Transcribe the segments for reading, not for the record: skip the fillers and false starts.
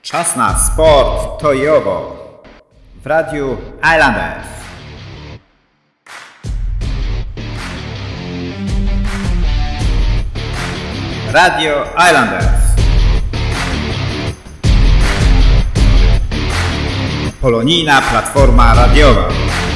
Czas na sport tojowo w Radiu Islanders. Radio Islanders. Polonijna platforma radiowa.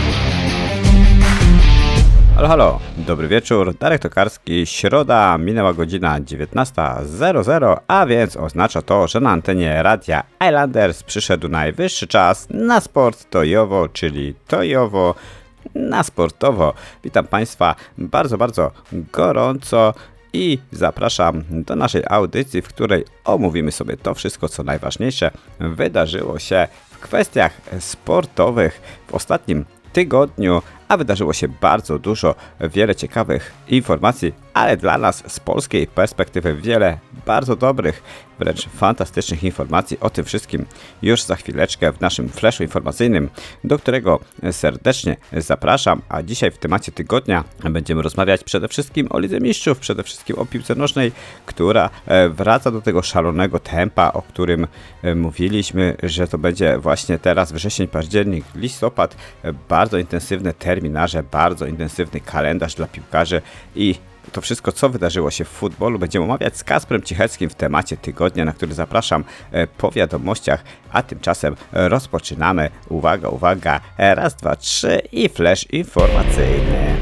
Halo, dobry wieczór, Darek Tokarski, środa, minęła godzina 19:00, a więc oznacza to, że na antenie Radia Islanders przyszedł najwyższy czas na sport tojowo, czyli tojowo na sportowo. Witam Państwa bardzo gorąco i zapraszam do naszej audycji, w której omówimy sobie to wszystko, co najważniejsze wydarzyło się w kwestiach sportowych w ostatnim tygodniu, a wydarzyło się bardzo dużo, wiele ciekawych informacji, ale dla nas z polskiej perspektywy wiele bardzo dobrych, wręcz fantastycznych informacji. O tym wszystkim już za chwileczkę w naszym flashu informacyjnym, do którego serdecznie zapraszam. A dzisiaj w temacie tygodnia będziemy rozmawiać przede wszystkim o Lidze Mistrzów, przede wszystkim o piłce nożnej, która wraca do tego szalonego tempa, o którym mówiliśmy, że to będzie właśnie teraz wrzesień, październik, listopad, bardzo intensywne terminarze, bardzo intensywny kalendarz dla piłkarzy i to wszystko, co wydarzyło się w futbolu, będziemy omawiać z Kasprem Cicheckim w temacie tygodnia, na który zapraszam po wiadomościach, a tymczasem rozpoczynamy. Uwaga, raz, dwa, trzy i flash informacyjny.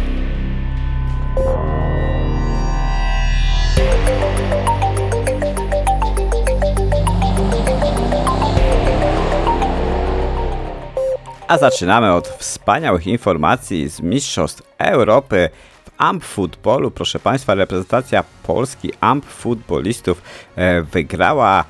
A zaczynamy od wspaniałych informacji z Mistrzostw Europy. AMP Futbolu, proszę Państwa, reprezentacja Polski AMP futbolistów wygrała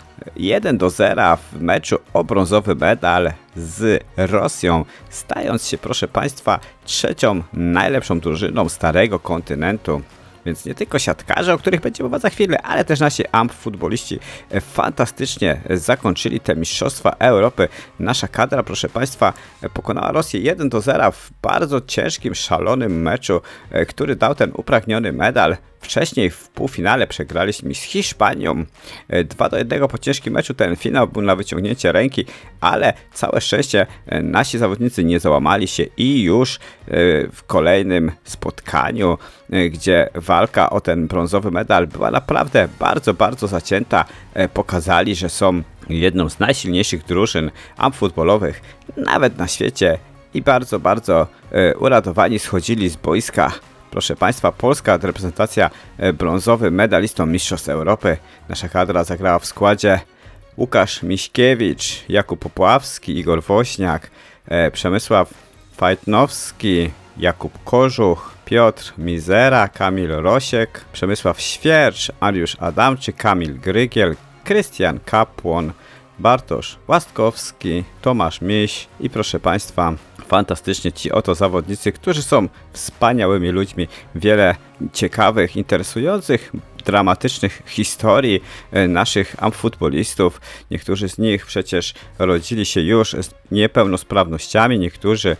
1-0 w meczu o brązowy medal z Rosją, stając się, proszę Państwa, trzecią najlepszą drużyną starego kontynentu. Więc nie tylko siatkarze, o których będzie mowa za chwilę, ale też nasi AMP futboliści fantastycznie zakończyli te Mistrzostwa Europy. Nasza kadra, proszę Państwa, pokonała Rosję 1-0 w bardzo ciężkim, szalonym meczu, który dał ten upragniony medal. Wcześniej w półfinale przegraliśmy z Hiszpanią 2-1 po ciężkim meczu. Ten finał był na wyciągnięcie ręki, ale całe szczęście nasi zawodnicy nie załamali się i już w kolejnym spotkaniu, gdzie walka o ten brązowy medal była naprawdę bardzo zacięta, pokazali, że są jedną z najsilniejszych drużyn futbolowych nawet na świecie i bardzo uradowani schodzili z boiska. Proszę Państwa, polska reprezentacja brązowy medalistą Mistrzostw Europy. Nasza kadra zagrała w składzie Łukasz Miśkiewicz, Jakub Popławski, Igor Woźniak, Przemysław Fajtnowski, Jakub Kożuch, Piotr Mizera, Kamil Rosiek, Przemysław Świercz, Mariusz Adamczyk, Kamil Grygiel, Krystian Kapłon, Bartosz Łastkowski, Tomasz Miś i proszę Państwa, fantastycznie ci oto zawodnicy, którzy są wspaniałymi ludźmi. Wiele ciekawych, interesujących, dramatycznych historii naszych futbolistów. Niektórzy z nich przecież rodzili się już z niepełnosprawnościami, niektórzy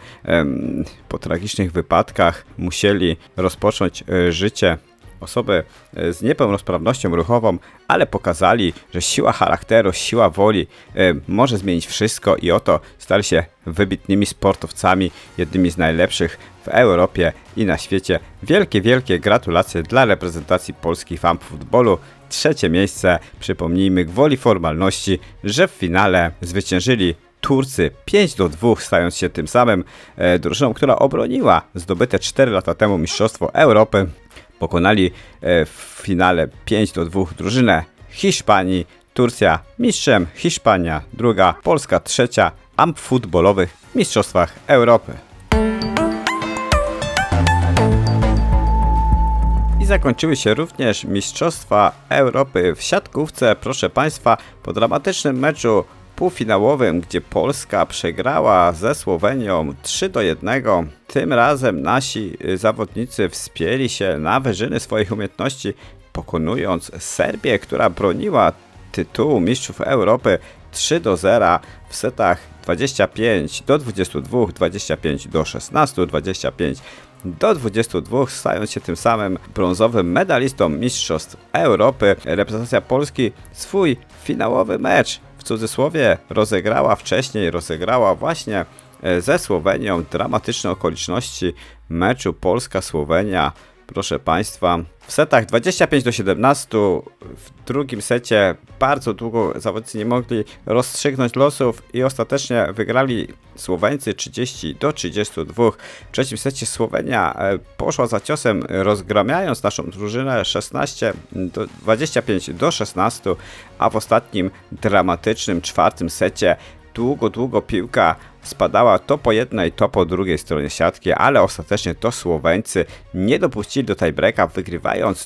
po tragicznych wypadkach musieli rozpocząć życie. Osoby z niepełnosprawnością ruchową, ale pokazali, że siła charakteru, siła woli może zmienić wszystko i oto stali się wybitnymi sportowcami, jednymi z najlepszych w Europie i na świecie. Wielkie gratulacje dla reprezentacji Polski w futbolu. Trzecie miejsce, przypomnijmy gwoli formalności, że w finale zwyciężyli Turcy 5-2, stając się tym samym drużyną, która obroniła zdobyte 4 lata temu Mistrzostwo Europy. Pokonali w finale 5-2 drużynę Hiszpanii. Turcja mistrzem, Hiszpania druga, Polska trzecia w futbolowych Mistrzostwach Europy. I zakończyły się również Mistrzostwa Europy w siatkówce, proszę Państwa, po dramatycznym meczu półfinałowym, gdzie Polska przegrała ze Słowenią 3-1. Tym razem nasi zawodnicy wspięli się na wyżyny swoich umiejętności, pokonując Serbię, która broniła tytułu Mistrzów Europy 3-0 w setach 25-22, 25-16, 25-22, stając się tym samym brązowym medalistą Mistrzostw Europy. Reprezentacja Polski swój finałowy mecz w cudzysłowie rozegrała właśnie ze Słowenią dramatyczne okoliczności meczu Polska-Słowenia. Proszę Państwa, w setach 25-17, w drugim secie bardzo długo zawodnicy nie mogli rozstrzygnąć losów i ostatecznie wygrali Słoweńcy 30-32. W trzecim secie Słowenia poszła za ciosem, rozgramiając naszą drużynę 25-16, a w ostatnim dramatycznym czwartym secie długo piłka spadała to po jednej, to po drugiej stronie siatki, ale ostatecznie to Słoweńcy nie dopuścili do tiebreaka, wygrywając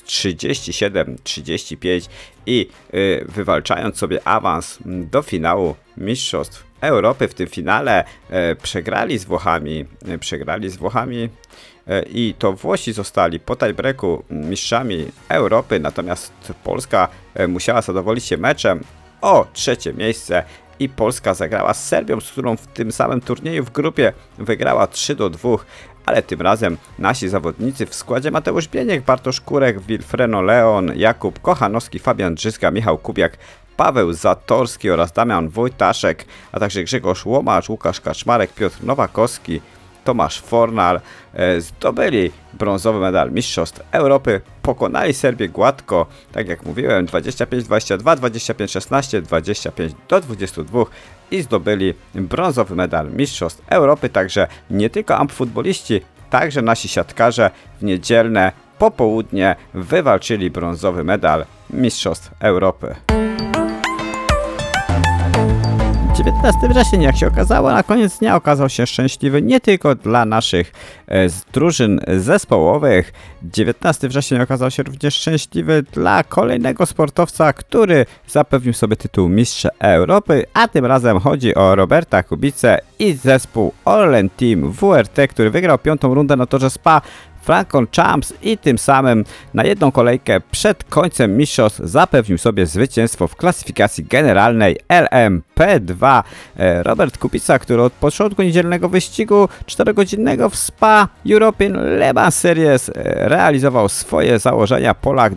37-35 i wywalczając sobie awans do finału Mistrzostw Europy. W tym finale przegrali z Włochami i to Włosi zostali po tiebreaku mistrzami Europy, natomiast Polska musiała zadowolić się meczem o trzecie miejsce. I Polska zagrała z Serbią, z którą w tym samym turnieju w grupie wygrała 3-2, ale tym razem nasi zawodnicy w składzie Mateusz Bieniek, Bartosz Kurek, Wilfreno Leon, Jakub Kochanowski, Fabian Drzyzga, Michał Kubiak, Paweł Zatorski oraz Damian Wojtaszek, a także Grzegorz Łomacz, Łukasz Kaczmarek, Piotr Nowakowski, Tomasz Fornal zdobyli brązowy medal Mistrzostw Europy, pokonali Serbię gładko, tak jak mówiłem, 25-22, 25-16, 25-22 i zdobyli brązowy medal Mistrzostw Europy, także nie tylko ampfutboliści, także nasi siatkarze w niedzielne popołudnie wywalczyli brązowy medal Mistrzostw Europy. 19 września, jak się okazało, na koniec dnia okazał się szczęśliwy nie tylko dla naszych drużyn zespołowych. 19 września okazał się również szczęśliwy dla kolejnego sportowca, który zapewnił sobie tytuł Mistrza Europy, a tym razem chodzi o Roberta Kubicę i zespół Orlen Team WRT, który wygrał 5. rundę na torze Spa Francorchamps i tym samym na jedną kolejkę przed końcem mistrzostw zapewnił sobie zwycięstwo w klasyfikacji generalnej LMP2. Robert Kubica, który od początku niedzielnego wyścigu 4-godzinnego w Spa European Le Mans Series realizował swoje założenia. Polak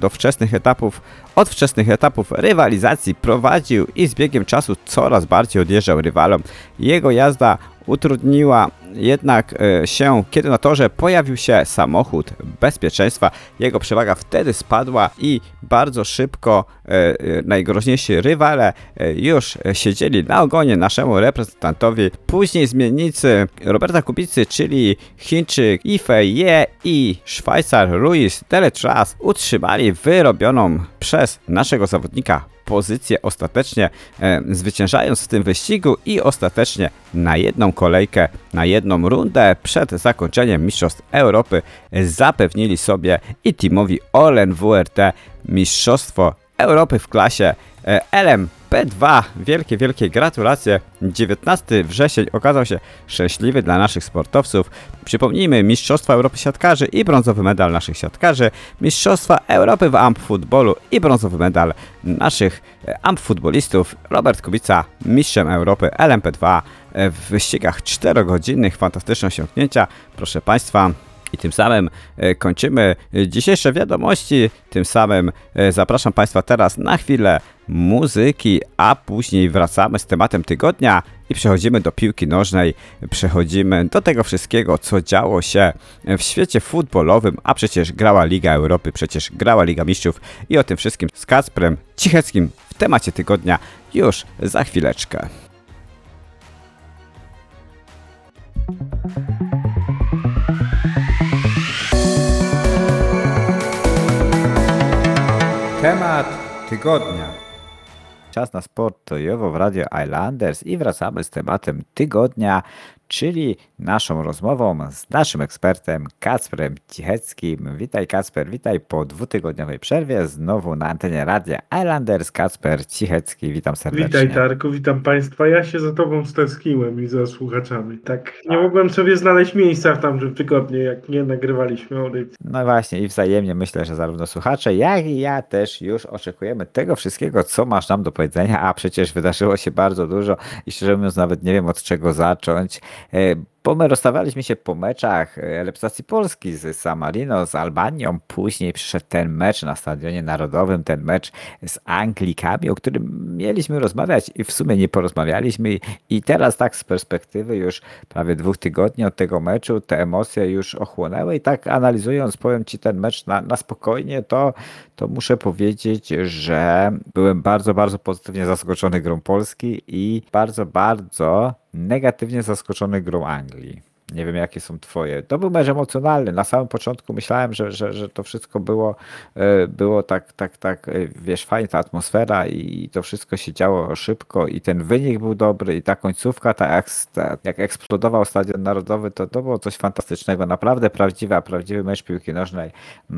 od wczesnych etapów rywalizacji prowadził i z biegiem czasu coraz bardziej odjeżdżał rywalom. Jego jazda utrudniła jednak się, kiedy na torze pojawił się samochód bezpieczeństwa. Jego przewaga wtedy spadła i bardzo szybko najgroźniejsi rywale już siedzieli na ogonie naszemu reprezentantowi. Później zmiennicy Roberta Kubicy, czyli Chińczyk Yifei i Szwajcar Ruiz Deletraz utrzymali wyrobioną przez naszego zawodnika pozycję, ostatecznie zwyciężając w tym wyścigu i ostatecznie na jedną kolejkę, na jedną rundę przed zakończeniem Mistrzostw Europy zapewnili sobie i teamowi Orlen WRT Mistrzostwo Europy w klasie LMP2. Wielkie gratulacje. 19 wrzesień okazał się szczęśliwy dla naszych sportowców. Przypomnijmy, Mistrzostwa Europy siatkarzy i brązowy medal naszych siatkarzy, Mistrzostwa Europy w ampfutbolu i brązowy medal naszych ampfutbolistów. Robert Kubica mistrzem Europy LMP2 w wyścigach 4-godzinnych. Fantastyczne osiągnięcia, proszę Państwa. I tym samym kończymy dzisiejsze wiadomości. Tym samym zapraszam Państwa teraz na chwilę muzyki, a później wracamy z tematem tygodnia i przechodzimy do piłki nożnej. Przechodzimy do tego wszystkiego, co działo się w świecie futbolowym, a przecież grała Liga Europy, przecież grała Liga Mistrzów i o tym wszystkim z Kacprem Cicheckim w temacie tygodnia już za chwileczkę. Temat tygodnia. Czas na sport to Jowo w Radio Islanders i wracamy z tematem tygodnia, czyli naszą rozmową z naszym ekspertem Kacprem Cicheckim. Witaj Kacper, witaj po 2-tygodniowej przerwie, znowu na antenie Radia Islanders. Kacper Cichecki, witam serdecznie. Witaj Tarku, witam Państwa. Ja się za Tobą stęskniłem i za słuchaczami. Tak, nie mogłem sobie znaleźć miejsca w tamtym tygodniu, jak nie nagrywaliśmy audycji. No właśnie i wzajemnie myślę, że zarówno słuchacze, jak i ja też już oczekujemy tego wszystkiego, co masz nam do powiedzenia, a przecież wydarzyło się bardzo dużo i szczerze mówiąc nawet nie wiem od czego zacząć. Bo my rozstawaliśmy się po meczach reprezentacji Polski z San Marino, z Albanią. Później przyszedł ten mecz na Stadionie Narodowym, ten mecz z Anglikami, o którym mieliśmy rozmawiać i w sumie nie porozmawialiśmy. I teraz tak z perspektywy już prawie 2 tygodni od tego meczu te emocje już ochłonęły i tak analizując, powiem Ci ten mecz na spokojnie, to muszę powiedzieć, że byłem bardzo, bardzo pozytywnie zaskoczony grą Polski i bardzo, bardzo negatywnie zaskoczony grą Anglii. Nie wiem, jakie są twoje. To był mecz emocjonalny. Na samym początku myślałem, że to wszystko było tak, wiesz, fajnie ta atmosfera i to wszystko się działo szybko i ten wynik był dobry i ta końcówka, jak eksplodował Stadion Narodowy, to było coś fantastycznego. Naprawdę prawdziwy mecz piłki nożnej.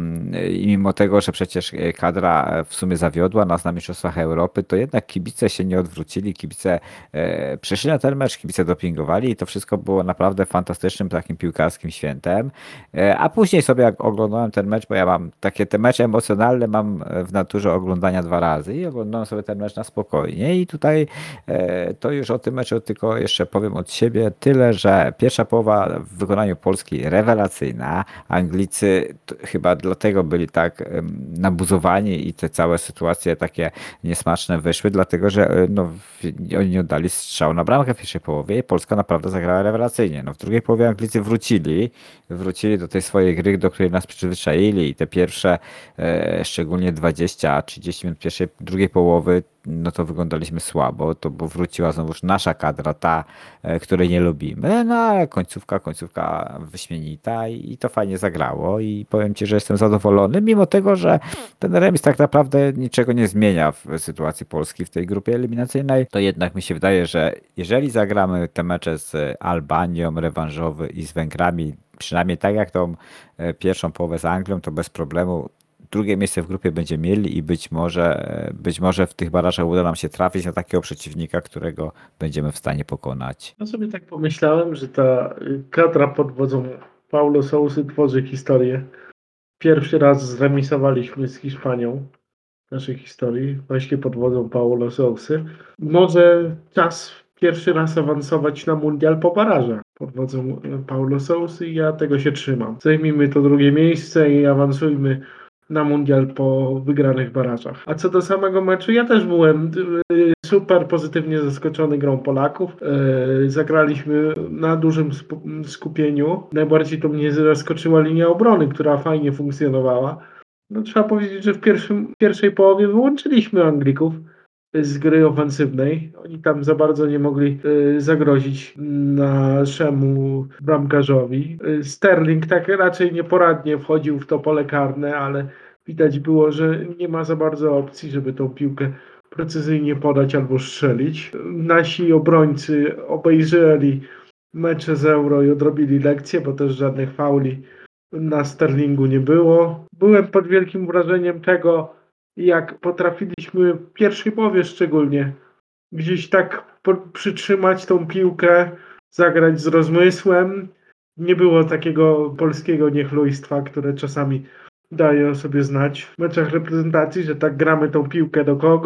I mimo tego, że przecież kadra w sumie zawiodła nas na Mistrzostwach Europy, to jednak kibice się nie odwrócili, kibice przyszli na ten mecz, kibice dopingowali i to wszystko było naprawdę fantastycznym takim piłkarskim świętem. A później sobie jak oglądałem ten mecz, bo ja mam te mecze emocjonalne mam w naturze oglądania 2 razy i oglądałem sobie ten mecz na spokojnie i tutaj to już o tym meczu tylko jeszcze powiem od siebie tyle, że pierwsza połowa w wykonaniu Polski rewelacyjna. Anglicy chyba dlatego byli tak nabuzowani i te całe sytuacje takie niesmaczne wyszły, dlatego że oni nie oddali strzału na bramkę w pierwszej połowie i Polska naprawdę zagrała rewelacyjnie. No, w drugiej połowie Anglicy wrócili do tej swojej gry, do której nas przyzwyczaili i te pierwsze szczególnie 20-30 minut drugiej połowy no to wyglądaliśmy słabo, bo wróciła znowuż nasza kadra, ta, której nie lubimy, no ale końcówka wyśmienita i to fajnie zagrało i powiem Ci, że jestem zadowolony, mimo tego, że ten remis tak naprawdę niczego nie zmienia w sytuacji Polski w tej grupie eliminacyjnej, to jednak mi się wydaje, że jeżeli zagramy te mecze z Albanią, rewanżowy i z Węgrami, przynajmniej tak jak tą pierwszą połowę z Anglią, to bez problemu drugie miejsce w grupie będziemy mieli i być może w tych barażach uda nam się trafić na takiego przeciwnika, którego będziemy w stanie pokonać. Ja sobie tak pomyślałem, że ta kadra pod wodzą Paulo Sousy tworzy historię. Pierwszy raz zremisowaliśmy z Hiszpanią w naszej historii, właśnie pod wodzą Paulo Sousy. Może czas pierwszy raz awansować na mundial po barażach pod wodzą Paulo Sousy i ja tego się trzymam. Zajmijmy to drugie miejsce i awansujmy na mundial po wygranych barażach. A co do samego meczu, ja też byłem super pozytywnie zaskoczony grą Polaków. Zagraliśmy na dużym skupieniu. Najbardziej to mnie zaskoczyła linia obrony, która fajnie funkcjonowała. No, trzeba powiedzieć, że w pierwszej połowie wyłączyliśmy Anglików z gry ofensywnej. Oni tam za bardzo nie mogli zagrozić naszemu bramkarzowi. Sterling tak raczej nieporadnie wchodził w to pole karne, ale widać było, że nie ma za bardzo opcji, żeby tą piłkę precyzyjnie podać albo strzelić. Nasi obrońcy obejrzeli mecze z Euro i odrobili lekcję, bo też żadnych fauli na Sterlingu nie było. Byłem pod wielkim wrażeniem tego, jak potrafiliśmy w pierwszej połowie szczególnie gdzieś tak przytrzymać tą piłkę, zagrać z rozmysłem. Nie było takiego polskiego niechlujstwa, które czasami daje o sobie znać w meczach reprezentacji, że tak gramy tą piłkę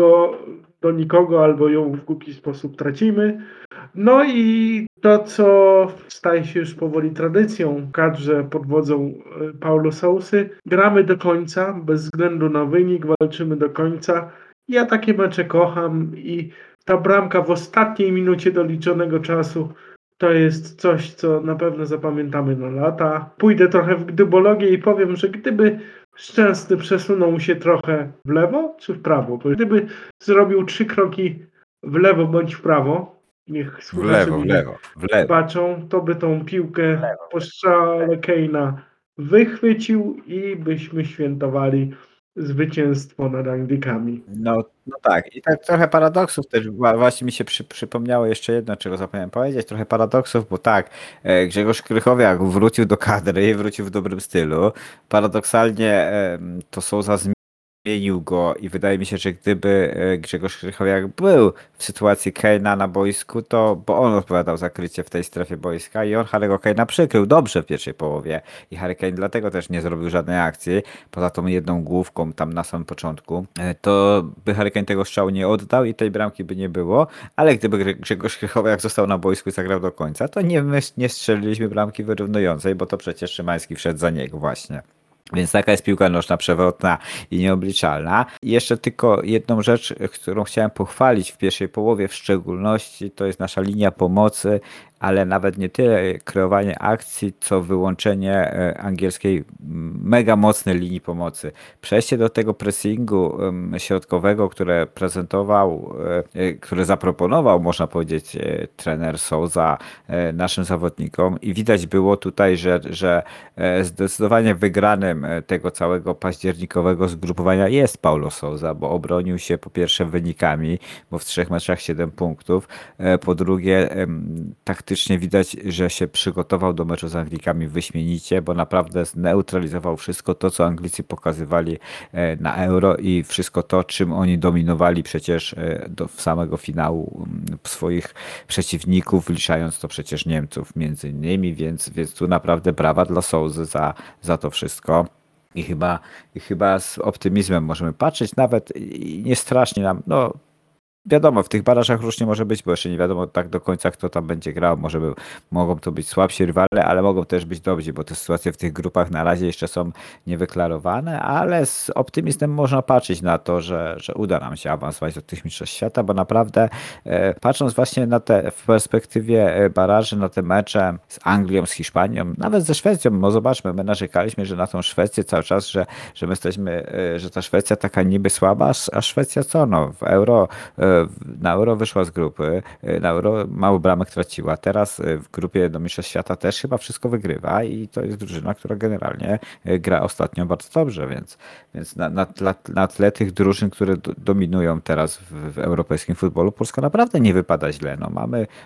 do nikogo, albo ją w głupi sposób tracimy. No i to, co staje się już powoli tradycją w kadrze pod wodzą Paulo Sousy, gramy do końca, bez względu na wynik, walczymy do końca. Ja takie mecze kocham i ta bramka w ostatniej minucie doliczonego czasu to jest coś, co na pewno zapamiętamy na lata. Pójdę trochę w gdybologię i powiem, że gdyby Szczęsny przesunął się trochę w lewo czy w prawo, bo gdyby zrobił 3 kroki w lewo bądź w prawo, niech W słuchacze lewo, w mi lewo, w lewo. baczą, to by tą piłkę po strzale Kane'a wychwycił i byśmy świętowali zwycięstwo nad Anglikami. No tak, i tak trochę paradoksów też, właśnie mi się przypomniało jeszcze jedno, czego zapomniałem powiedzieć, trochę paradoksów, bo tak, Grzegorz Krychowiak wrócił do kadry i wrócił w dobrym stylu. Paradoksalnie to Sousa zmienił go i wydaje mi się, że gdyby Grzegorz Krychowiak był w sytuacji Kane'a na boisku, to bo on odpowiadał za krycie w tej strefie boiska i on Harry'ego Kane'a przykrył dobrze w pierwszej połowie i Harry Kane dlatego też nie zrobił żadnej akcji, poza tą jedną główką tam na samym początku, to by Harry Kane tego strzału nie oddał i tej bramki by nie było, ale gdyby Grzegorz Krychowiak został na boisku i zagrał do końca, to nie strzeliliśmy bramki wyrównującej, bo to przecież Szymański wszedł za niego właśnie. Więc taka jest piłka nożna przewrotna i nieobliczalna. I jeszcze tylko jedną rzecz, którą chciałem pochwalić w pierwszej połowie w szczególności, to jest nasza linia pomocy, ale nawet nie tyle kreowanie akcji, co wyłączenie angielskiej mega mocnej linii pomocy. Przejście do tego pressingu środkowego, które zaproponował, można powiedzieć, trener Sousa naszym zawodnikom i widać było tutaj, że zdecydowanie wygranym tego całego październikowego zgrupowania jest Paulo Sousa, bo obronił się po pierwsze wynikami, bo w 3 meczach 7 punktów, po drugie taktycznie widać, że się przygotował do meczu z Anglikami wyśmienicie, bo naprawdę zneutralizował wszystko to, co Anglicy pokazywali na Euro i wszystko to, czym oni dominowali przecież do samego finału swoich przeciwników, liczając to przecież Niemców między innymi, więc tu naprawdę brawa dla Sousy za to wszystko. I chyba z optymizmem możemy patrzeć, nawet nie strasznie nam, no wiadomo, w tych barażach różnie może być, bo jeszcze nie wiadomo tak do końca, kto tam będzie grał. Mogą to być słabsi rywale, ale mogą też być dobrzy, bo te sytuacje w tych grupach na razie jeszcze są niewyklarowane, ale z optymizmem można patrzeć na to, że uda nam się awansować do tych mistrzostw świata, bo naprawdę patrząc właśnie na te w perspektywie baraży, na te mecze z Anglią, z Hiszpanią, nawet ze Szwecją, no zobaczmy, my narzekaliśmy, że na tą Szwecję cały czas, że my jesteśmy, że ta Szwecja taka niby słaba, a Szwecja co, no w Euro na Euro wyszła z grupy, na Euro mało bramek traciła, teraz w grupie do Mistrzostw Świata też chyba wszystko wygrywa i to jest drużyna, która generalnie gra ostatnio bardzo dobrze, więc na tle tych drużyn, które dominują teraz w europejskim futbolu, Polska naprawdę nie wypada źle. No,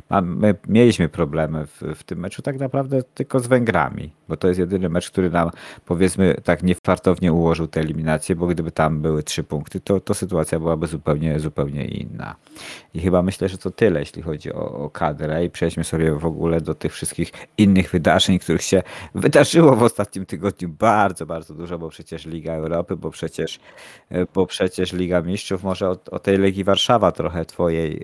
mieliśmy problemy w tym meczu tak naprawdę tylko z Węgrami, bo to jest jedyny mecz, który nam powiedzmy tak niefartownie ułożył te eliminacje, bo gdyby tam były 3 punkty, to sytuacja byłaby zupełnie inna. I chyba myślę, że to tyle, jeśli chodzi o kadrę i przejdźmy sobie w ogóle do tych wszystkich innych wydarzeń, których się wydarzyło w ostatnim tygodniu bardzo, bardzo dużo, bo przecież Liga Europy, bo przecież Liga Mistrzów, może o tej Legii Warszawa trochę twojej,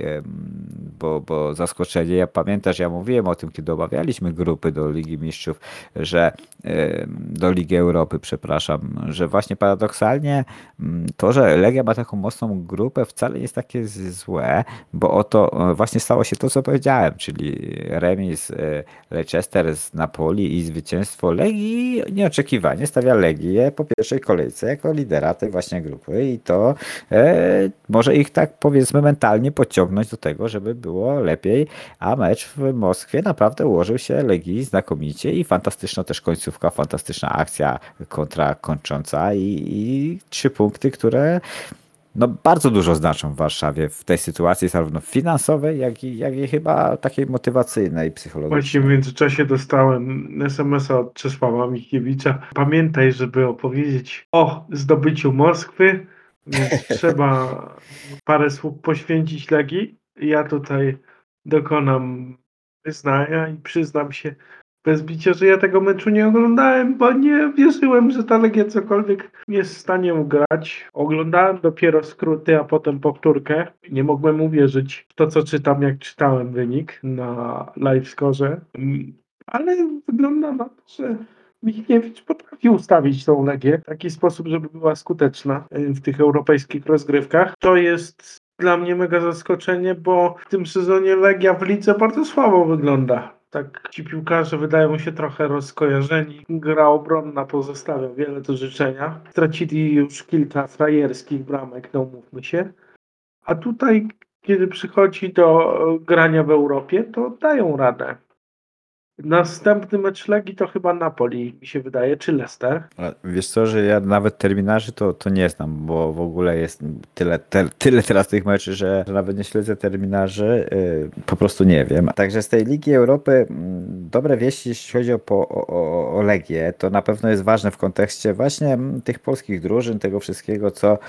bo zaskoczenie, pamiętasz, ja mówiłem o tym, kiedy omawialiśmy grupy do Ligi Mistrzów, że do Ligi Europy, przepraszam, że właśnie paradoksalnie to, że Legia ma taką mocną grupę wcale nie jest takie złe, bo oto właśnie stało się to, co powiedziałem, czyli remis Leicester z Napoli i zwycięstwo Legii nieoczekiwanie stawia Legię po pierwszej kolejce jako lidera tej właśnie grupy i to może ich tak powiedzmy mentalnie podciągnąć do tego, żeby było lepiej, a mecz w Moskwie naprawdę ułożył się Legii znakomicie i fantastyczna też końcówka, fantastyczna akcja kontra kończąca i 3 punkty, które no bardzo dużo znaczą w Warszawie w tej sytuacji, zarówno finansowej, jak i chyba takiej motywacyjnej, Właśnie w psychologicznej. międzyczasie dostałem SMS-a od Czesława Michniewicza. Pamiętaj, żeby opowiedzieć o zdobyciu Moskwy, więc trzeba parę słów poświęcić Legii. Ja tutaj dokonam wyznania i przyznam się bez bicia, że ja tego meczu nie oglądałem, bo nie wierzyłem, że ta Legia cokolwiek jest w stanie ugrać. Oglądałem dopiero skróty, a potem powtórkę. Nie mogłem uwierzyć w to, co czytam, jak czytałem wynik na live scorze. Ale wygląda na to, że Michniewicz potrafi ustawić tą Legię w taki sposób, żeby była skuteczna w tych europejskich rozgrywkach. To jest dla mnie mega zaskoczenie, bo w tym sezonie Legia w lidze bardzo słabo wygląda. Tak, ci piłkarze wydają się trochę rozkojarzeni. Gra obronna pozostawia wiele do życzenia. Stracili już kilka frajerskich bramek, no mówmy się. A tutaj, kiedy przychodzi do grania w Europie, to dają radę. Następny mecz Legii to chyba Napoli, mi się wydaje, czy Leicester. A wiesz co, że ja nawet terminarzy to nie znam, bo w ogóle jest tyle teraz tych meczy, że nawet nie śledzę terminarzy, po prostu nie wiem. Także z tej Ligi Europy dobre wieści, jeśli chodzi o Legię, to na pewno jest ważne w kontekście właśnie tych polskich drużyn, tego wszystkiego,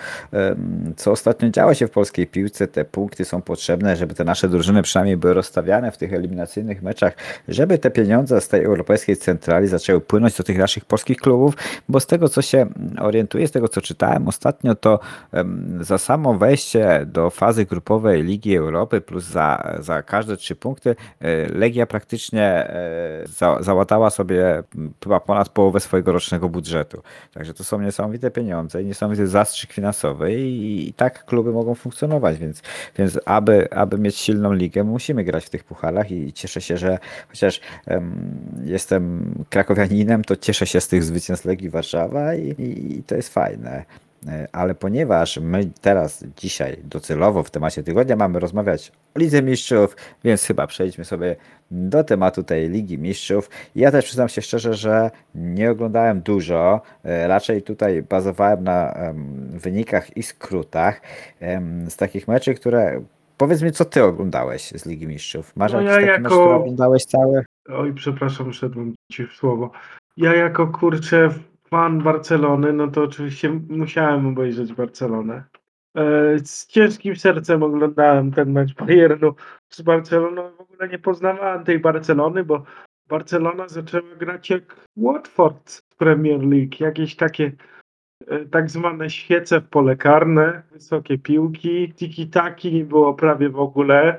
co ostatnio działo się w polskiej piłce. Te punkty są potrzebne, żeby te nasze drużyny przynajmniej były rozstawiane w tych eliminacyjnych meczach, żeby te pieniądze z tej europejskiej centrali zaczęły płynąć do tych naszych polskich klubów, bo z tego co się orientuję, z tego co czytałem ostatnio, to za samo wejście do fazy grupowej Ligi Europy plus za każde 3 punkty Legia praktycznie załatała sobie chyba ponad połowę swojego rocznego budżetu. Także to są niesamowite pieniądze i niesamowity zastrzyk finansowy i tak kluby mogą funkcjonować, więc aby mieć silną ligę, musimy grać w tych pucharach i cieszę się, że chociaż jestem krakowianinem, to cieszę się z tych zwycięstw Legii Warszawa i to jest fajne. Ale ponieważ my teraz, dzisiaj docelowo w temacie tygodnia mamy rozmawiać o Lidze Mistrzów, więc chyba przejdźmy sobie do tematu tej Ligi Mistrzów. Ja też przyznam się szczerze, że nie oglądałem dużo, raczej tutaj bazowałem na wynikach i skrótach z takich meczy, które... Powiedz mi, co ty oglądałeś z Ligi Mistrzów? Masz No jakiś ja taki mecz, który jako, oglądałeś cały? oj przepraszam, wszedłem ci w słowo. Ja jako kurczę fan Barcelony, no to oczywiście musiałem obejrzeć Barcelonę. Z ciężkim sercem oglądałem ten mecz Bayernu z Barceloną. W ogóle nie poznawałem tej Barcelony, bo Barcelona zaczęła grać jak Watford w Premier League. Jakieś takie tak zwane świece w pole karne, wysokie piłki, tiki-taki nie było prawie w ogóle.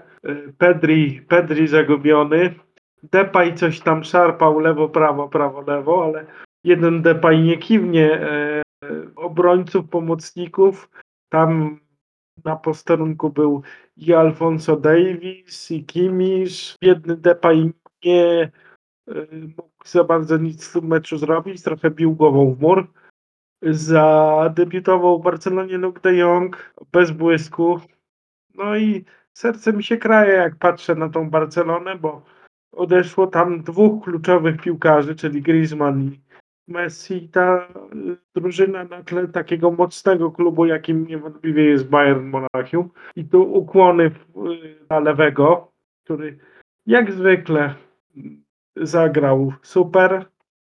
Pedri zagubiony. Depay coś tam szarpał lewo, prawo, lewo, ale jeden Depay nie kiwnie obrońców, pomocników. Tam na posterunku był i Alfonso Davies, i Kimmich. Biedny Depay nie mógł za bardzo nic w tym meczu zrobić, trochę bił głową w mur. Zadebiutował w Barcelonie Luke de Jong bez błysku. No i serce mi się kraje, jak patrzę na tą Barcelonę, bo odeszło tam dwóch kluczowych piłkarzy, czyli Griezmann i Messi. I ta drużyna na tle takiego mocnego klubu, jakim niewątpliwie jest Bayern Monachium. I tu ukłony na lewego, który jak zwykle zagrał super,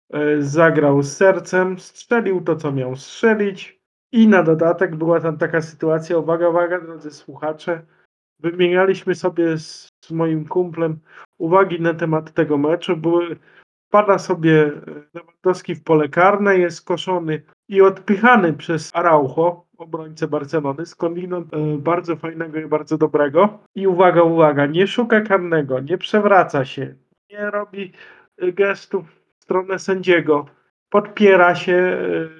zagrał z sercem, strzelił to, co miał strzelić i na dodatek była tam taka sytuacja, uwaga, drodzy słuchacze, wymienialiśmy sobie z moim kumplem uwagi na temat tego meczu, wpada sobie Lewandowski w pole karne, jest koszony i odpychany przez Araujo, obrońcę Barcelony, skądinąd bardzo fajnego i bardzo dobrego. I uwaga, nie szuka karnego, nie przewraca się, nie robi gestów w stronę sędziego, podpiera się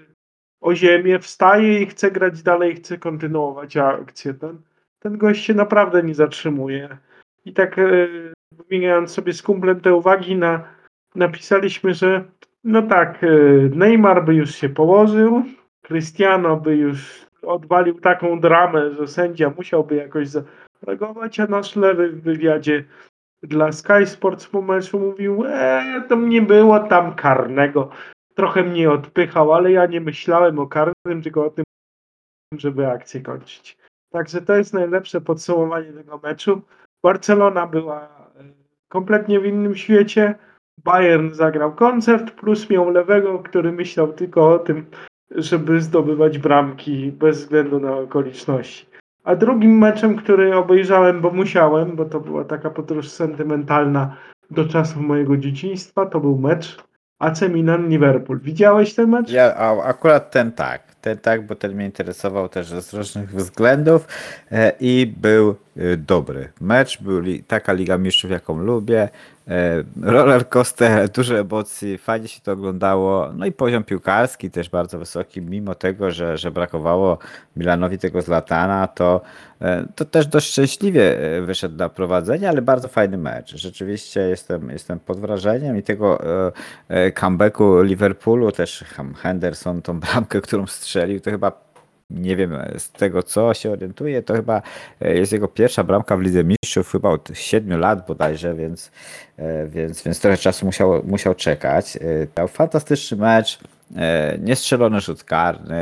o ziemię, wstaje i chce grać dalej, chce kontynuować akcję. Ten gość się naprawdę nie zatrzymuje. I tak wymieniając sobie z kumplem te uwagi, napisaliśmy, że no tak, Neymar by już się położył, Cristiano by już odwalił taką dramę, że sędzia musiałby jakoś zareagować, a nasz lewy w wywiadzie dla Sky Sports po meczu mówił, to nie było tam karnego. Trochę mnie odpychał, ale ja nie myślałem o karnym, tylko o tym, żeby akcję kończyć. Także to jest najlepsze podsumowanie tego meczu. Barcelona była kompletnie w innym świecie. Bayern zagrał koncert, plus miał lewego, który myślał tylko o tym, żeby zdobywać bramki bez względu na okoliczności. A drugim meczem, który obejrzałem, bo musiałem, bo to była taka podróż sentymentalna do czasów mojego dzieciństwa, to był mecz AC Milan-Liverpool. Widziałeś ten mecz? Akurat ten tak, bo ten mnie interesował też z różnych względów i był dobry. Mecz był taka Liga Mistrzów, jaką lubię. Roller coaster, dużo emocji, fajnie się to oglądało. No i poziom piłkarski też bardzo wysoki, mimo tego, że brakowało Milanowi tego Zlatana, to też dość szczęśliwie wyszedł na prowadzenie, ale bardzo fajny mecz. Rzeczywiście jestem pod wrażeniem i tego comebacku Liverpoolu, też Henderson, tą bramkę, którą strzelił, to chyba nie wiem, z tego co się orientuję, to chyba jest jego pierwsza bramka w Lidze Mistrzów, chyba od 7 lat bodajże, więc trochę czasu musiał czekać. Dał fantastyczny mecz, niestrzelony rzut karny,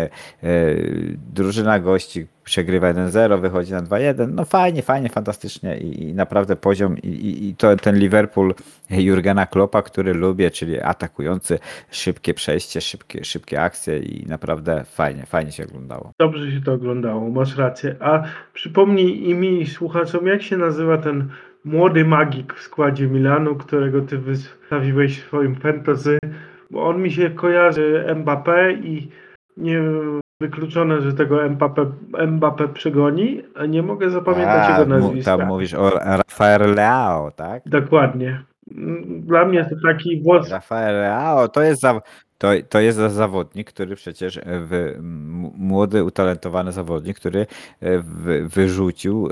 drużyna gości przegrywa 1-0, wychodzi na 2-1. No fajnie, fantastycznie i naprawdę poziom i to ten Liverpool Jurgena Kloppa, który lubię, czyli atakujący, szybkie przejście, szybkie akcje i naprawdę fajnie się oglądało. Dobrze się to oglądało, masz rację. A przypomnij i mi, słuchaczom, jak się nazywa ten młody magik w składzie Milanu, którego ty wystawiłeś w swoim fantasy? Bo on mi się kojarzy Mbappé i nie wykluczone, że tego Mbappé przegoni, a nie mogę zapamiętać jego Tam nazwiska. mówisz o Rafael Leao, tak? Dokładnie. Dla mnie to taki włos. Rafael Leao to jest zawodnik, który przecież młody, utalentowany zawodnik, który wyrzucił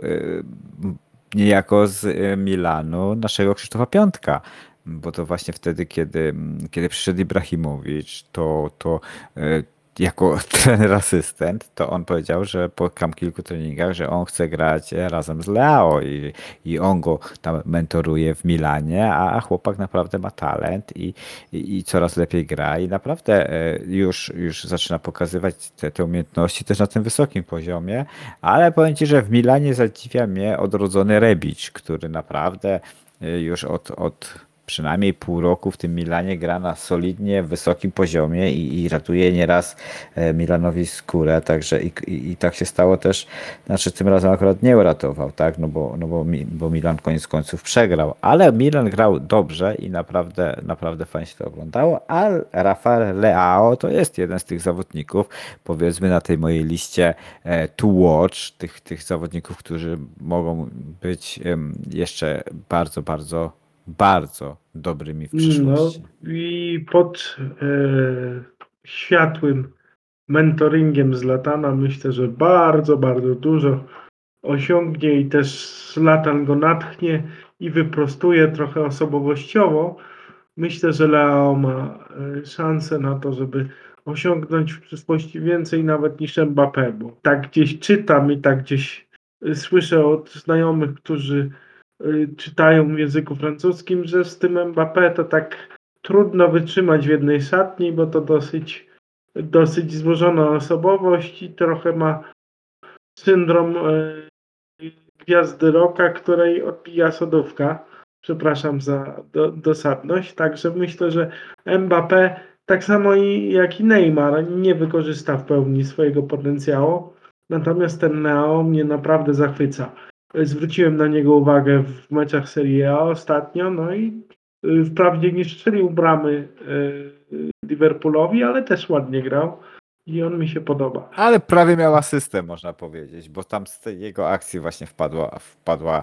niejako z Milanu naszego Krzysztofa Piątka. Bo to właśnie wtedy, kiedy przyszedł Ibrahimowicz, to jako trener asystent, to on powiedział, że po tam kilku treningach, że on chce grać razem z Leao i on go tam mentoruje w Milanie, a chłopak naprawdę ma talent i coraz lepiej gra i naprawdę już zaczyna pokazywać te umiejętności też na tym wysokim poziomie, ale powiem Ci, że w Milanie zadziwia mnie odrodzony Rebić, który naprawdę już od przynajmniej pół roku w tym Milanie gra na solidnie wysokim poziomie i ratuje nieraz Milanowi skórę, także i tak się stało też, znaczy tym razem akurat nie uratował, tak, bo Milan koniec końców przegrał, ale Milan grał dobrze i naprawdę fajnie się to oglądało, a Rafael Leao to jest jeden z tych zawodników, powiedzmy na tej mojej liście to watch, tych zawodników, którzy mogą być jeszcze bardzo dobrymi w No przyszłości. i pod światłym mentoringiem Zlatana myślę, że bardzo dużo osiągnie i też Zlatan go natchnie i wyprostuje trochę osobowościowo. Myślę, że Leo ma szansę na to, żeby osiągnąć w przyszłości więcej nawet niż Mbappé, bo tak gdzieś czytam i tak gdzieś słyszę od znajomych, którzy czytają w języku francuskim, że z tym Mbappé to tak trudno wytrzymać w jednej szatni, bo to dosyć złożona osobowość i trochę ma syndrom gwiazdy rocka, której odbija sodówka. Przepraszam za dosadność. Także myślę, że Mbappé tak samo jak i Neymar nie wykorzysta w pełni swojego potencjału. Natomiast ten Neo mnie naprawdę zachwyca. Zwróciłem na niego uwagę w meczach Serie A ostatnio, no i wprawdzie nie strzelił bramy Liverpoolowi, ale też ładnie grał i on mi się podoba. Ale prawie miał asystę, można powiedzieć, bo tam z tej jego akcji właśnie wpadła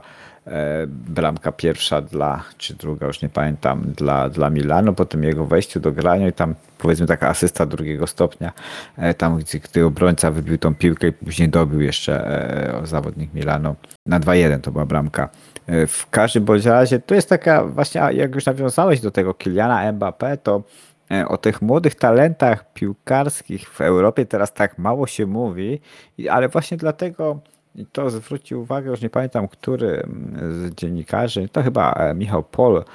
bramka pierwsza czy druga, już nie pamiętam, dla Milanu, po tym jego wejściu do grania i tam powiedzmy taka asysta drugiego stopnia, tam gdy obrońca wybił tą piłkę i później dobił jeszcze zawodnik Milanu na 2-1 to była bramka. W każdym bądź razie to jest taka właśnie, jak już nawiązałeś do tego Kyliana Mbappé, to o tych młodych talentach piłkarskich w Europie teraz tak mało się mówi, ale właśnie dlatego i to zwrócił uwagę, już nie pamiętam, który z dziennikarzy, to chyba Michał Pol,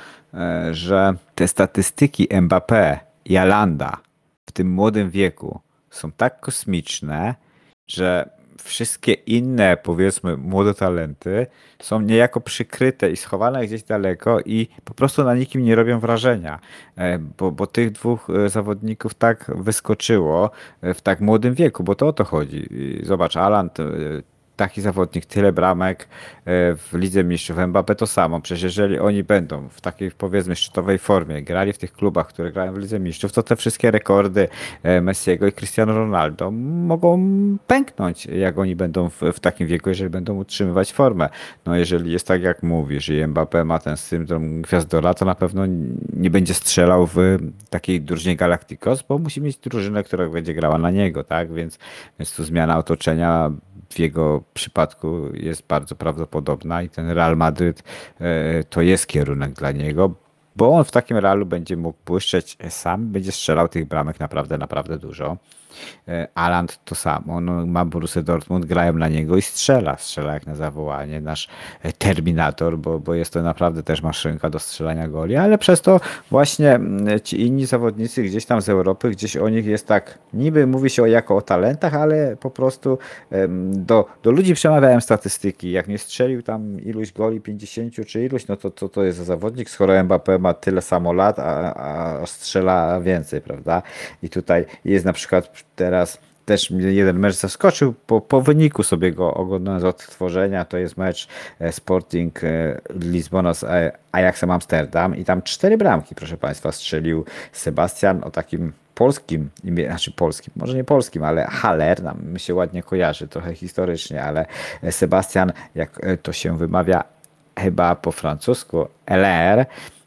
że te statystyki Mbappé i Alanda w tym młodym wieku są tak kosmiczne, że wszystkie inne, powiedzmy, młode talenty są niejako przykryte i schowane gdzieś daleko i po prostu na nikim nie robią wrażenia, bo tych dwóch zawodników tak wyskoczyło w tak młodym wieku, bo to o to chodzi. Zobacz, Alan taki zawodnik, tyle bramek w Lidze Mistrzów, Mbappé to samo. Przecież jeżeli oni będą w takiej powiedzmy szczytowej formie, grali w tych klubach, które grają w Lidze Mistrzów, to te wszystkie rekordy Messiego i Cristiano Ronaldo mogą pęknąć, jak oni będą w takim wieku, jeżeli będą utrzymywać formę. No jeżeli jest tak jak mówisz i Mbappé ma ten syndrom gwiazdora, to na pewno nie będzie strzelał w takiej drużynie Galacticos, bo musi mieć drużynę, która będzie grała na niego, tak? Więc tu zmiana otoczenia w jego przypadku jest bardzo prawdopodobna i ten Real Madryt to jest kierunek dla niego, bo on w takim Realu będzie mógł błyszczeć sam, będzie strzelał tych bramek naprawdę dużo. Aland to samo, no, ma Borussię Dortmund, grają na niego i strzela jak na zawołanie, nasz Terminator, bo jest to naprawdę też maszynka do strzelania goli, ale przez to właśnie ci inni zawodnicy gdzieś tam z Europy, gdzieś o nich jest tak, niby mówi się jako o talentach, ale po prostu do ludzi przemawiają statystyki, jak nie strzelił tam iluś goli, 50 czy iluś, no to jest za zawodnik, skoro Mbappé ma tyle samo lat, a strzela więcej, prawda? I tutaj jest na przykład teraz też mnie jeden mecz zaskoczył, po wyniku sobie go oglądałem z odtworzenia, to jest mecz Sporting Lizbona z Ajaxem Amsterdam i tam 4 bramki, proszę Państwa, strzelił Sebastian o takim polskim imię, znaczy polskim, może nie polskim, ale Haller, nam mi się ładnie kojarzy, trochę historycznie, ale Sebastian, jak to się wymawia chyba po francusku, LR,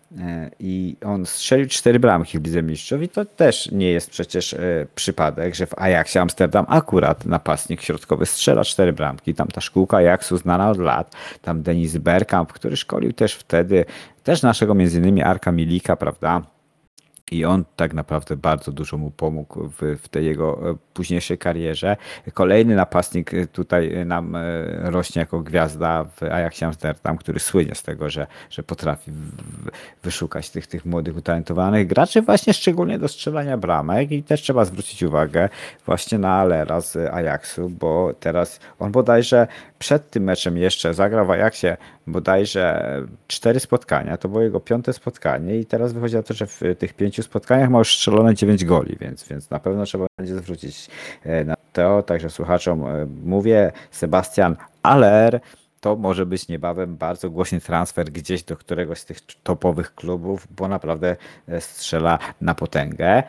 i on strzelił 4 bramki w Lidze Mistrzów i to też nie jest przecież przypadek, że w Ajaxie Amsterdam akurat napastnik środkowy strzela 4 bramki. Tam ta szkółka Ajaxu znana od lat. Tam Denis Bergkamp, który szkolił też wtedy, też naszego między innymi Arka Milika, prawda? I on tak naprawdę bardzo dużo mu pomógł w tej jego późniejszej karierze. Kolejny napastnik tutaj nam rośnie jako gwiazda w Ajaxie Amsterdam, który słynie z tego, że potrafi wyszukać tych młodych, utalentowanych graczy, właśnie szczególnie do strzelania bramek. I też trzeba zwrócić uwagę właśnie na Allera z Ajaxu, bo teraz on bodajże przed tym meczem jeszcze zagrał w Ajaxie bodajże 4 spotkania, to było jego 5. spotkanie i teraz wychodzi na to, że w tych 5 spotkaniach ma już strzelone 9 goli, więc na pewno trzeba będzie zwrócić na to, także słuchaczom mówię, Sebastian Aller to może być niebawem bardzo głośny transfer gdzieś do któregoś z tych topowych klubów, bo naprawdę strzela na potęgę.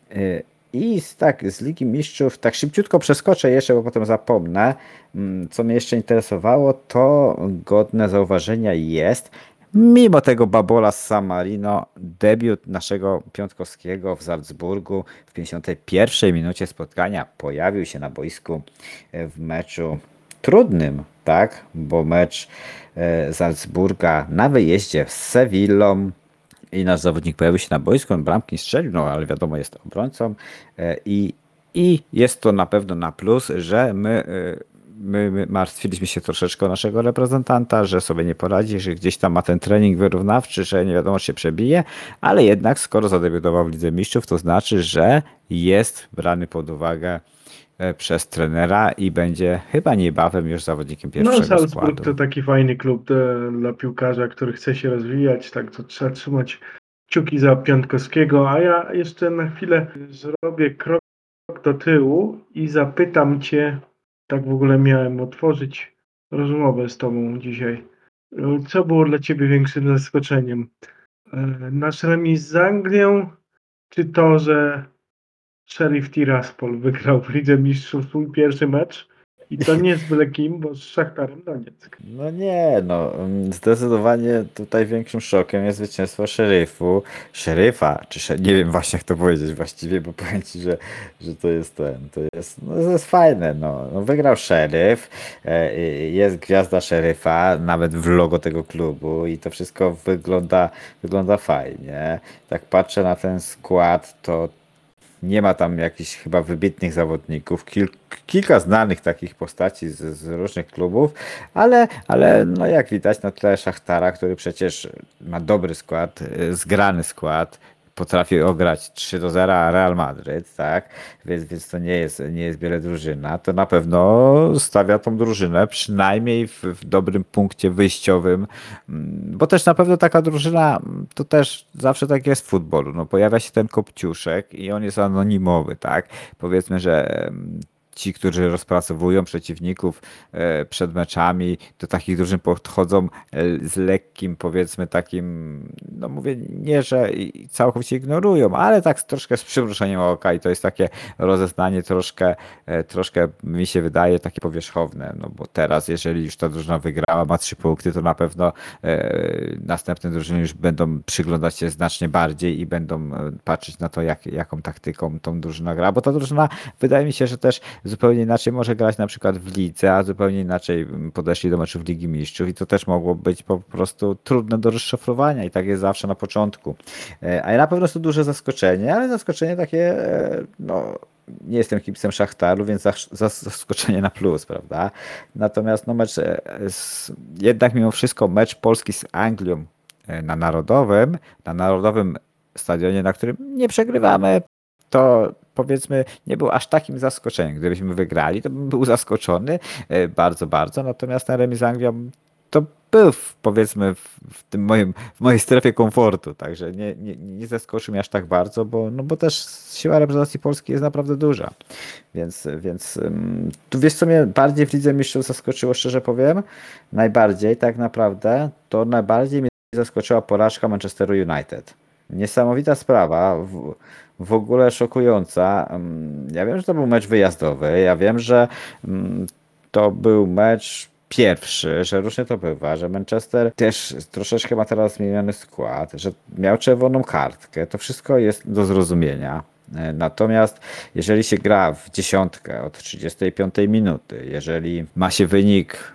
I z Ligi Mistrzów tak szybciutko przeskoczę jeszcze, bo potem zapomnę. Co mnie jeszcze interesowało, to godne zauważenia jest, mimo tego babola z San Marino, debiut naszego Piątkowskiego w Salzburgu w 51 minucie spotkania pojawił się na boisku w meczu trudnym, tak? Bo mecz Salzburga na wyjeździe z Sewillą i nasz zawodnik pojawił się na boisku, on bramki strzelił, no ale wiadomo jest obrońcą i jest to na pewno na plus, że my martwiliśmy się troszeczkę o naszego reprezentanta, że sobie nie poradzi, że gdzieś tam ma ten trening wyrównawczy, że nie wiadomo, czy się przebije, ale jednak skoro zadebiutował w Lidze Mistrzów, to znaczy, że jest brany pod uwagę przez trenera i będzie chyba niebawem już zawodnikiem No, pierwszego Salzburg składu. to taki fajny klub dla piłkarza, który chce się rozwijać, tak to trzeba trzymać kciuki za Piątkowskiego, a ja jeszcze na chwilę zrobię krok do tyłu i zapytam Cię, tak w ogóle miałem otworzyć rozmowę z Tobą dzisiaj. Co było dla Ciebie większym zaskoczeniem? Nasz remis z Anglią, czy to, że Sheriff Tiraspol wygrał w Lidze Mistrzów swój pierwszy mecz? I to nie z byle kim, bo z Szachtarem Donieck. No nie, no zdecydowanie tutaj większym szokiem jest zwycięstwo szeryfa, nie wiem właśnie jak to powiedzieć właściwie, bo powiem ci, że to jest fajne, no wygrał szeryf, jest gwiazda szeryfa, nawet w logo tego klubu i to wszystko wygląda fajnie. Tak patrzę na ten skład, to nie ma tam jakichś chyba wybitnych zawodników, kilka znanych takich postaci z różnych klubów, ale no jak widać na tle Szachtara, który przecież ma dobry skład, zgrany skład, potrafi ograć 3-0 Real Madryt, tak? Więc to nie jest byle drużyna. To na pewno stawia tą drużynę przynajmniej w dobrym punkcie wyjściowym, bo też na pewno taka drużyna, to też zawsze tak jest w futbolu. No, pojawia się ten Kopciuszek i on jest anonimowy, tak? Powiedzmy, że ci, którzy rozpracowują przeciwników przed meczami, do takich drużyn podchodzą z lekkim, powiedzmy takim, no mówię, nie, że całkowicie ignorują, ale tak troszkę z przymrużeniem oka i to jest takie rozeznanie troszkę mi się wydaje takie powierzchowne, no bo teraz jeżeli już ta drużyna wygrała, ma 3 punkty, to na pewno następne drużyny już będą przyglądać się znacznie bardziej i będą patrzeć na to, jaką taktyką tą drużyna gra, bo ta drużyna wydaje mi się, że też zupełnie inaczej może grać na przykład w lidze, a zupełnie inaczej podeszli do meczów Ligi Mistrzów i to też mogło być po prostu trudne do rozszyfrowania i tak jest zawsze na początku. A na pewno jest to duże zaskoczenie, ale zaskoczenie takie no nie jestem kibicem Szachtaru, więc zaskoczenie na plus, prawda? Natomiast no jednak mimo wszystko mecz Polski z Anglią na narodowym stadionie, na którym nie przegrywamy, to powiedzmy nie był aż takim zaskoczeniem. Gdybyśmy wygrali, to bym był zaskoczony bardzo, bardzo. Natomiast ten remis z Anglią to był powiedzmy w mojej strefie komfortu, także nie zaskoczył mnie aż tak bardzo, bo też siła reprezentacji Polski jest naprawdę duża. Więc tu wiesz, co mnie bardziej w Lidze Mistrzów zaskoczyło, szczerze powiem? Najbardziej tak naprawdę, to najbardziej mnie zaskoczyła porażka Manchesteru United. Niesamowita sprawa, w ogóle szokująca. Ja wiem, że to był mecz wyjazdowy, ja wiem, że to był mecz pierwszy, że różnie to bywa, że Manchester też troszeczkę ma teraz zmieniony skład, że miał czerwoną kartkę, to wszystko jest do zrozumienia. Natomiast jeżeli się gra w dziesiątkę od 35 minuty, jeżeli ma się wynik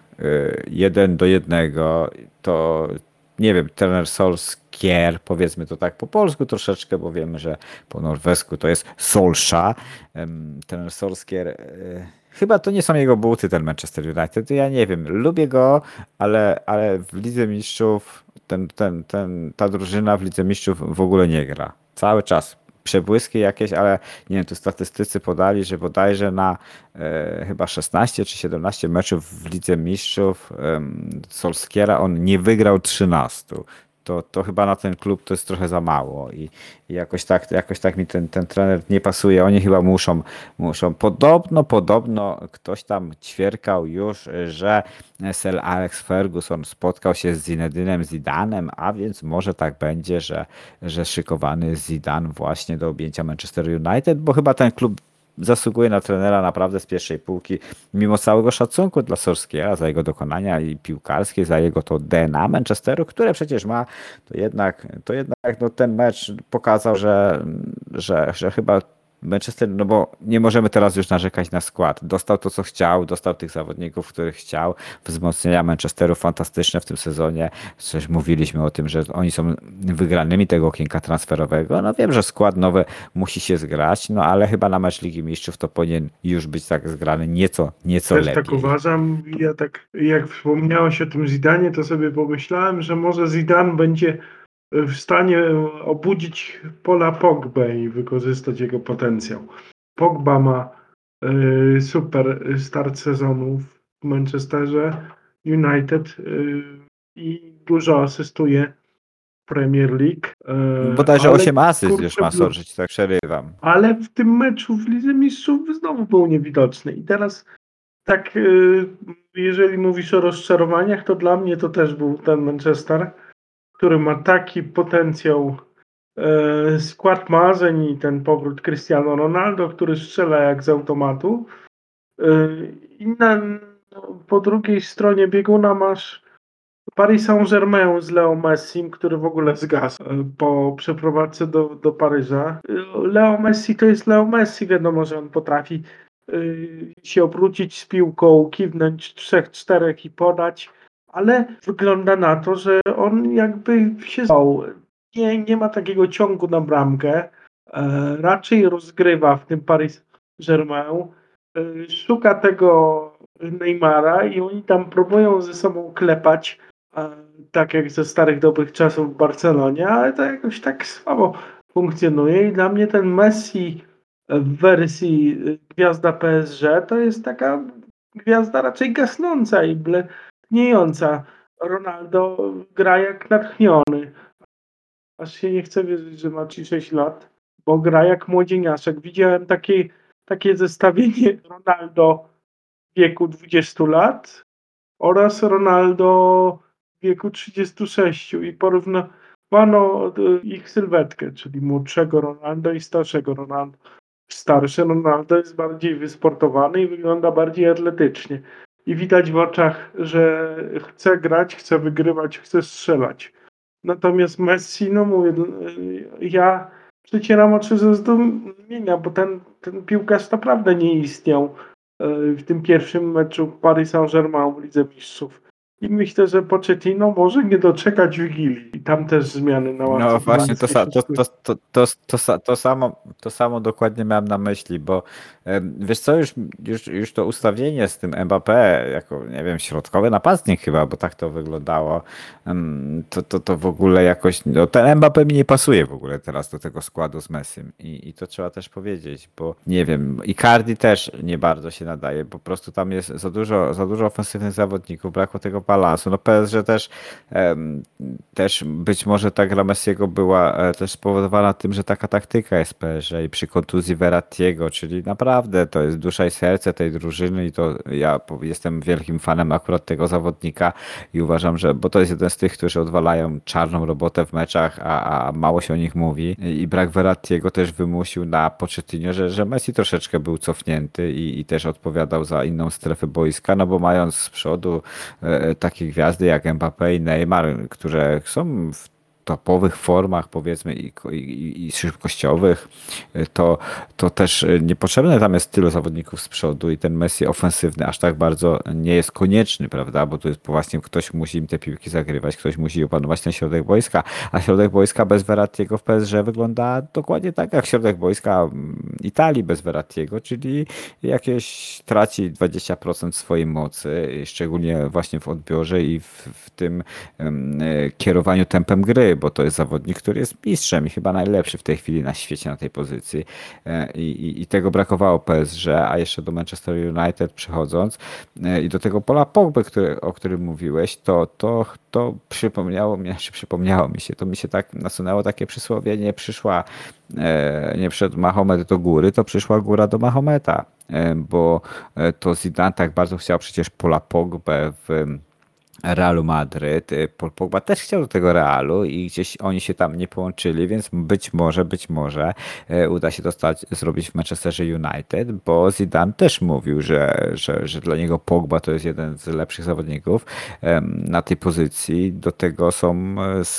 1-1, to nie wiem, trener Solskjaer, powiedzmy to tak po polsku troszeczkę, bo wiemy, że po norwesku to jest Solskjaer. Trener Solskjaer, chyba to nie są jego buty, ten Manchester United. Ja nie wiem, lubię go, ale w Lidze Mistrzów ta drużyna w Lidze Mistrzów w ogóle nie gra. Cały czas przebłyski jakieś, ale nie wiem, tu statystycy podali, że bodajże na chyba 16 czy 17 meczów w Lidze Mistrzów Solskiera on nie wygrał 13. To chyba na ten klub to jest trochę za mało i jakoś tak mi ten trener nie pasuje. Oni chyba muszą. Podobno ktoś tam ćwierkał już, że Sir Alex Ferguson spotkał się z Zinedinem Zidanem, a więc może tak będzie, że szykowany jest Zidane właśnie do objęcia Manchester United, bo chyba ten klub zasługuje na trenera naprawdę z pierwszej półki, mimo całego szacunku dla Solskjaera za jego dokonania i piłkarskie, za jego to DNA Manchesteru, które przecież ma, to jednak no, ten mecz pokazał, że chyba Manchester, no bo nie możemy teraz już narzekać na skład. Dostał to, co chciał, dostał tych zawodników, których chciał. Wzmocnienia Manchesteru fantastyczne w tym sezonie. Coś mówiliśmy o tym, że oni są wygranymi tego okienka transferowego. No wiem, że skład nowy musi się zgrać, no ale chyba na mecz Ligi Mistrzów to powinien już być tak zgrany nieco Też lepiej. tak uważam. Ja tak, jak wspomniałeś o tym Zidanie, to sobie pomyślałem, że może Zidane będzie w stanie obudzić Paula Pogbę i wykorzystać jego potencjał. Pogba ma super start sezonu w Manchesterze United i dużo asystuje w Premier League. Bodajże Ale 8 asyst już kurczę, ma, sorry, że ci tak przerywam. ale w tym meczu w Lidze Mistrzów znowu był niewidoczny. I teraz tak, jeżeli mówisz o rozczarowaniach, to dla mnie to też był ten Manchester, który ma taki potencjał, skład marzeń i ten powrót Cristiano Ronaldo, który strzela jak z automatu. I po drugiej stronie bieguna masz Paris Saint-Germain z Leo Messim, który w ogóle zgasł po przeprowadzce do Paryża. Leo Messi to jest Leo Messi, wiadomo, że on potrafi się obrócić z piłką, kiwnąć 3-4 i podać, ale wygląda na to, że on jakby się zwał. Nie ma takiego ciągu na bramkę. Raczej rozgrywa w tym Paris Saint-Germain. Szuka tego Neymara i oni tam próbują ze sobą klepać, tak jak ze starych dobrych czasów w Barcelonie, ale to jakoś tak słabo funkcjonuje i dla mnie ten Messi w wersji gwiazda PSG to jest taka gwiazda raczej gasnąca i bledniejąca. Ronaldo gra jak natchniony. Aż się nie chce wierzyć, że ma 36 lat, bo gra jak młodzieniaszek. Widziałem takie zestawienie Ronaldo w wieku 20 lat oraz Ronaldo w wieku 36 i porównywano ich sylwetkę, czyli młodszego Ronaldo i starszego Ronaldo. Starszy Ronaldo jest bardziej wysportowany i wygląda bardziej atletycznie. I widać w oczach, że chce grać, chce wygrywać, chce strzelać. Natomiast Messi, no mówię, ja przecieram oczy ze zdumienia, bo ten piłkarz naprawdę nie istniał w tym pierwszym meczu Paris Saint-Germain w Lidze Mistrzów. I myślę, że Pochettino może nie doczekać Wigilii. I tam też zmiany na ławce No właśnie, trenerskiej. to samo dokładnie miałem na myśli, bo wiesz co, już to ustawienie z tym Mbappé, jako nie wiem, środkowy napastnik chyba, bo tak to wyglądało, to w ogóle jakoś, no, ten Mbappé mi nie pasuje w ogóle teraz do tego składu z Messim i to trzeba też powiedzieć, bo nie wiem, Icardi też nie bardzo się nadaje, po prostu tam jest za dużo ofensywnych zawodników, brakło tego balansu, no PSG też być może ta gra Messiego była też spowodowana tym, że taka taktyka jest PSG i przy kontuzji Verrattiego, czyli naprawdę to jest dusza i serce tej drużyny i to jestem wielkim fanem akurat tego zawodnika i uważam, że, bo to jest jeden z tych, którzy odwalają czarną robotę w meczach, a mało się o nich mówi i brak Verrattiego też wymusił na Pochettinie, że Messi troszeczkę był cofnięty i też odpowiadał za inną strefę boiska, no bo mając z przodu takie gwiazdy jak Mbappé i Neymar, które są w topowych formach, powiedzmy, i szybkościowych, to też niepotrzebne tam jest tylu zawodników z przodu i ten Messi ofensywny aż tak bardzo nie jest konieczny, prawda? Bo tu jest właśnie ktoś musi im te piłki zagrywać, ktoś musi opanować ten środek boiska, a środek boiska bez Verrattiego w PSG wygląda dokładnie tak jak środek boiska Italii bez Verrattiego, czyli jakieś traci 20% swojej mocy, szczególnie właśnie w odbiorze i w tym kierowaniu tempem gry, bo to jest zawodnik, który jest mistrzem i chyba najlepszy w tej chwili na świecie na tej pozycji. I tego brakowało PSG, a jeszcze do Manchester United przychodząc i do tego Paula Pogby, o którym mówiłeś, to przypomniało mi się, to mi się tak nasunęło takie przysłowie, nie wszedł Mahomet do góry, to przyszła góra do Mahometa, bo to Zidane tak bardzo chciał przecież Paula Pogbę w Realu Madryt. Paul Pogba też chciał do tego Realu i gdzieś oni się tam nie połączyli, więc być może uda się zrobić w Manchesterze United, bo Zidane też mówił, że dla niego Pogba to jest jeden z lepszych zawodników na tej pozycji. Do tego są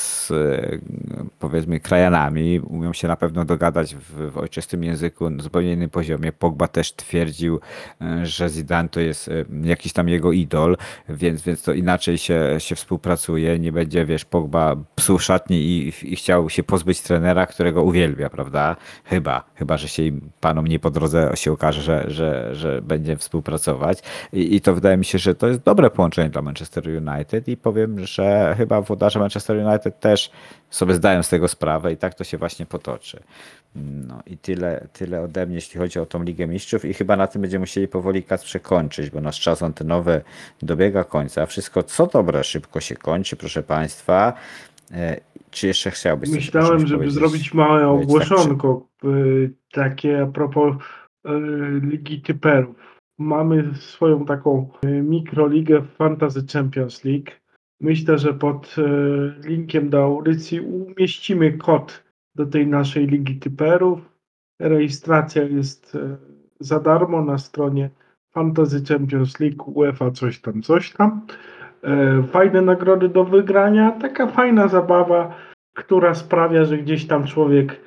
powiedzmy krajanami, umią się na pewno dogadać w ojczystym języku na zupełnie innym poziomie. Pogba też twierdził, że Zidane to jest jakiś tam jego idol, więc to inaczej się współpracuje, nie będzie, wiesz, Pogba psuł szatni i chciał się pozbyć trenera, którego uwielbia, prawda? Chyba, że się im panom nie po drodze się okaże, że będzie współpracować i to wydaje mi się, że to jest dobre połączenie dla Manchester United i powiem, że chyba włodarze Manchester United też sobie zdają z tego sprawę i tak to się właśnie potoczy. No i tyle ode mnie, jeśli chodzi o tą Ligę Mistrzów i chyba na tym będziemy musieli powoli Kacprze kończyć, bo nasz czas antenowy dobiega końca. Wszystko co dobre szybko się kończy, proszę Państwa. Czy jeszcze chciałbyś coś o Myślałem, czymś żeby powiedzieć? zrobić małe Powiedzieć tak ogłoszonko, takie a propos Ligi Typerów. Mamy swoją taką mikroligę Fantasy Champions League. Myślę, że pod linkiem do audycji umieścimy kod do tej naszej Ligi Typerów. Rejestracja jest za darmo na stronie Fantasy Champions League UEFA coś tam, coś tam. Fajne nagrody do wygrania, taka fajna zabawa, która sprawia, że gdzieś tam człowiek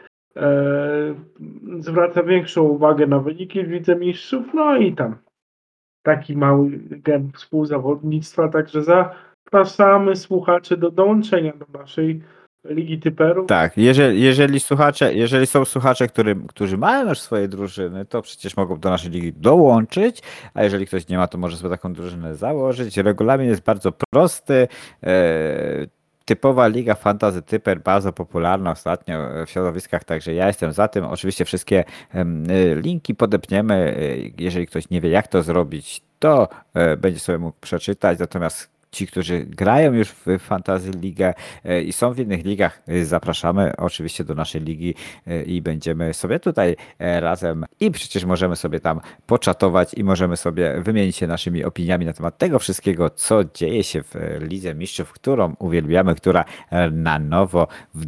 zwraca większą uwagę na wyniki w Lidze Mistrzów, no i tam taki mały gen współzawodnictwa, także zapraszamy słuchaczy do dołączenia do naszej Ligi Typerów. Tak, jeżeli są słuchacze, którzy mają już swoje drużyny, to przecież mogą do naszej ligi dołączyć, a jeżeli ktoś nie ma, to może sobie taką drużynę założyć. Regulamin jest bardzo prosty. Typowa liga fantasy typer, bardzo popularna ostatnio w środowiskach, także ja jestem za tym. Oczywiście wszystkie linki podepniemy. Jeżeli ktoś nie wie, jak to zrobić, to będzie sobie mógł przeczytać. Natomiast ci, którzy grają już w Fantasy Ligę i są w innych ligach, zapraszamy oczywiście do naszej ligi i będziemy sobie tutaj razem i przecież możemy sobie tam poczatować i możemy sobie wymienić się naszymi opiniami na temat tego wszystkiego, co dzieje się w Lidze Mistrzów, którą uwielbiamy, która na nowo w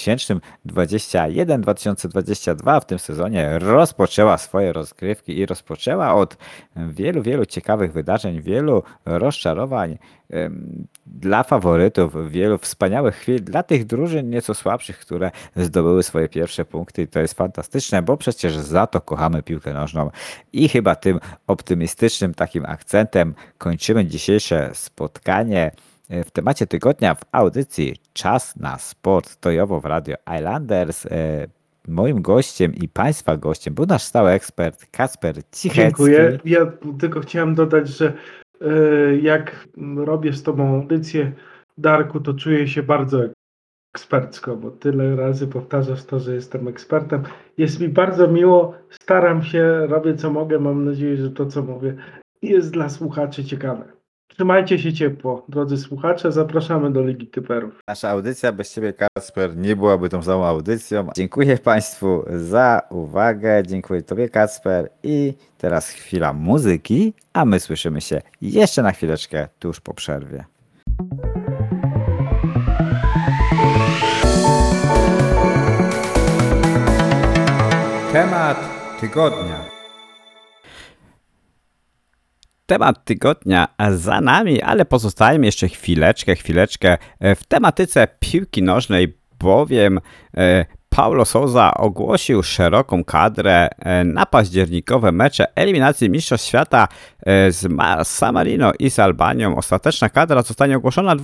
2021-2022 w tym sezonie rozpoczęła swoje rozgrywki i rozpoczęła od wielu ciekawych wydarzeń, wielu rozczarowań. dla faworytów, wielu wspaniałych chwil, dla tych drużyn nieco słabszych, które zdobyły swoje pierwsze punkty i to jest fantastyczne, bo przecież za to kochamy piłkę nożną i chyba tym optymistycznym takim akcentem kończymy dzisiejsze spotkanie w temacie tygodnia w audycji Czas na Sport Tojowo w Radio Islanders. Moim gościem i Państwa gościem był nasz stały ekspert Kacper Cichecki. Dziękuję. Ja tylko chciałem dodać, że jak robię z Tobą audycję, Darku, to czuję się bardzo ekspercko, bo tyle razy powtarzasz to, że jestem ekspertem. Jest mi bardzo miło, staram się, robię co mogę. Mam nadzieję, że to, co mówię, jest dla słuchaczy ciekawe. Trzymajcie się ciepło, drodzy słuchacze. Zapraszamy do Ligi Typerów. Nasza audycja bez Ciebie, Kacper, nie byłaby tą samą audycją. Dziękuję Państwu za uwagę, dziękuję Tobie, Kacper, i teraz chwila muzyki, a my słyszymy się jeszcze na chwileczkę tuż po przerwie. Temat tygodnia. Temat tygodnia za nami, ale pozostajemy jeszcze chwileczkę w tematyce piłki nożnej, bowiem Paulo Sousa ogłosił szeroką kadrę na październikowe mecze eliminacji Mistrzostw Świata z San Marino i z Albanią. Ostateczna kadra zostanie ogłoszona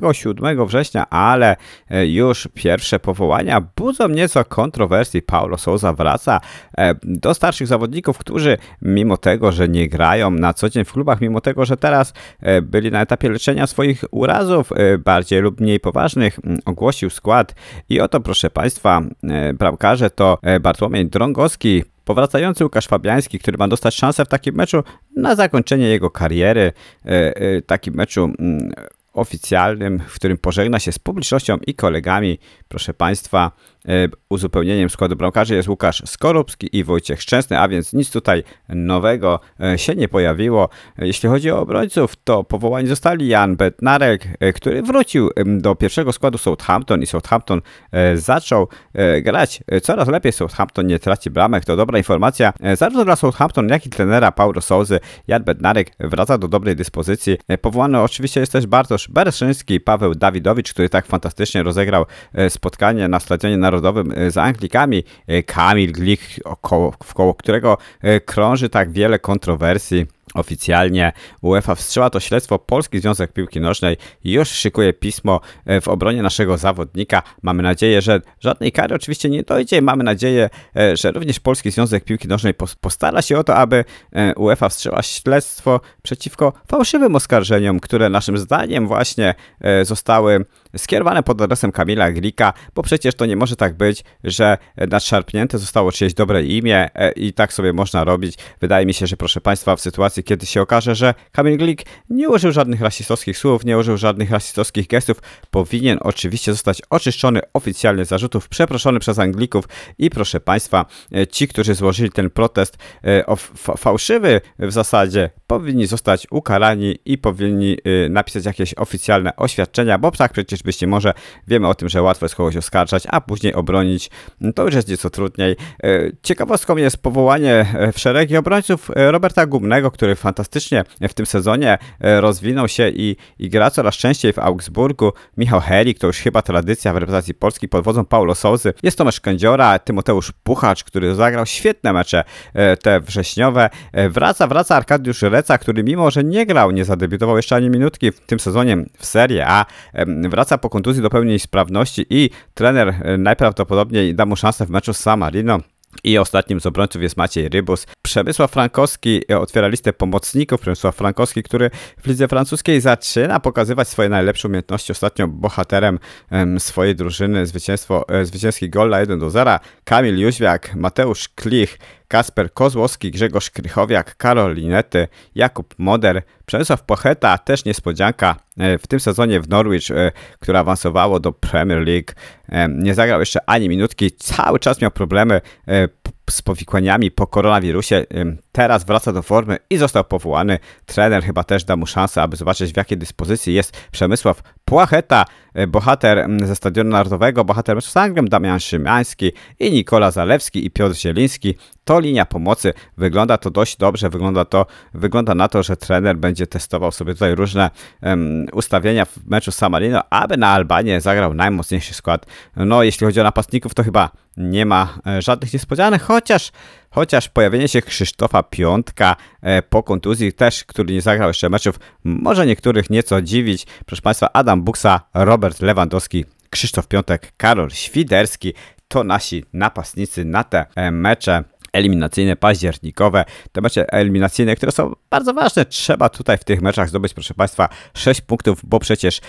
27 września, ale już pierwsze powołania budzą nieco kontrowersji. Paulo Sousa wraca do starszych zawodników, którzy mimo tego, że nie grają na co dzień w klubach, mimo tego, że teraz byli na etapie leczenia swoich urazów bardziej lub mniej poważnych, ogłosił skład i oto, proszę Państwa, bramkarze to Bartłomiej Drągowski, powracający Łukasz Fabiański, który ma dostać szansę w takim meczu na zakończenie jego kariery, takim meczu oficjalnym, w którym pożegna się z publicznością i kolegami. Proszę Państwa, uzupełnieniem składu bramkarzy jest Łukasz Skorupski i Wojciech Szczęsny, a więc nic tutaj nowego się nie pojawiło. Jeśli chodzi o obrońców, to powołani zostali Jan Bednarek, który wrócił do pierwszego składu Southampton i Southampton zaczął grać coraz lepiej. Southampton nie traci bramek, to dobra informacja zarówno dla Southampton, jak i trenera Paulo Sousy. Jan Bednarek wraca do dobrej dyspozycji. Powołany oczywiście jest też Bartosz Bereszyński, Paweł Dawidowicz, który tak fantastycznie rozegrał spotkanie na Stadionie Narodowym z Anglikami, Kamil Glik, wkoło którego krąży tak wiele kontrowersji. Oficjalnie UEFA wstrzymała to śledztwo. Polski Związek Piłki Nożnej już szykuje pismo w obronie naszego zawodnika. Mamy nadzieję, że żadnej kary oczywiście nie dojdzie. Mamy nadzieję, że również Polski Związek Piłki Nożnej postara się o to, aby UEFA wstrzymała śledztwo przeciwko fałszywym oskarżeniom, które naszym zdaniem właśnie zostały skierowane pod adresem Kamila Glika, bo przecież to nie może tak być, że nadszarpnięte zostało czyjeś dobre imię i tak sobie można robić. Wydaje mi się, że proszę Państwa, w sytuacji, kiedy się okaże, że Kamil Glik nie użył żadnych rasistowskich słów, nie użył żadnych rasistowskich gestów, powinien oczywiście zostać oczyszczony oficjalnie z zarzutów, przeproszony przez Anglików i proszę Państwa, ci, którzy złożyli ten protest fałszywy w zasadzie, powinni zostać ukarani i powinni napisać jakieś oficjalne oświadczenia, bo tak przecież być nie może. Wiemy o tym, że łatwo jest kogoś oskarżać, a później obronić. To już jest nieco trudniej. Ciekawostką jest powołanie w szeregi obrońców Roberta Gumnego, który fantastycznie w tym sezonie rozwinął się i gra coraz częściej w Augsburgu. Michał Helik, to już chyba tradycja w reprezentacji Polski pod wodzą Paulo Sousy. Jest Tomasz Kędziora, Tymoteusz Puchacz, który zagrał świetne mecze te wrześniowe. Wraca Arkadiusz Reca, który mimo, że nie grał, nie zadebiutował jeszcze ani minutki w tym sezonie w Serie A, wraca po kontuzji do pełnej sprawności i trener najprawdopodobniej da mu szansę w meczu z San Marino. I ostatnim z obrońców jest Maciej Rybus. Przemysław Frankowski otwiera listę pomocników. Przemysław Frankowski, który w lidze francuskiej zaczyna pokazywać swoje najlepsze umiejętności. Ostatnio bohaterem swojej drużyny zwycięski gol na 1-0. Kamil Jóźwiak, Mateusz Klich, Kasper Kozłowski, Grzegorz Krychowiak, Karol Linety, Jakub Moder, Przemysław Pocheta, też niespodzianka w tym sezonie w Norwich, które awansowało do Premier League. Nie zagrał jeszcze ani minutki, cały czas miał problemy z powikłaniami po koronawirusie teraz wraca do formy i został powołany. Trener chyba też da mu szansę, aby zobaczyć, w jakiej dyspozycji jest Przemysław Płacheta, bohater ze Stadionu Narodowego, bohater meczu z Anglią, Damian Szymański i Nikola Zalewski i Piotr Zieliński. To linia pomocy. Wygląda to dość dobrze. Wygląda na to, że trener będzie testował sobie tutaj różne ustawienia w meczu z San Marino, aby na Albanię zagrał najmocniejszy skład. No, jeśli chodzi o napastników, to chyba nie ma żadnych niespodzianek, chociaż pojawienie się Krzysztofa Piątka po kontuzji też, który nie zagrał jeszcze meczów, może niektórych nieco dziwić. Proszę Państwa, Adam Buksa, Robert Lewandowski, Krzysztof Piątek, Karol Świderski to nasi napastnicy na te mecze eliminacyjne, październikowe, te mecze eliminacyjne, które są bardzo ważne. Trzeba tutaj w tych meczach zdobyć, proszę Państwa, 6 punktów, bo przecież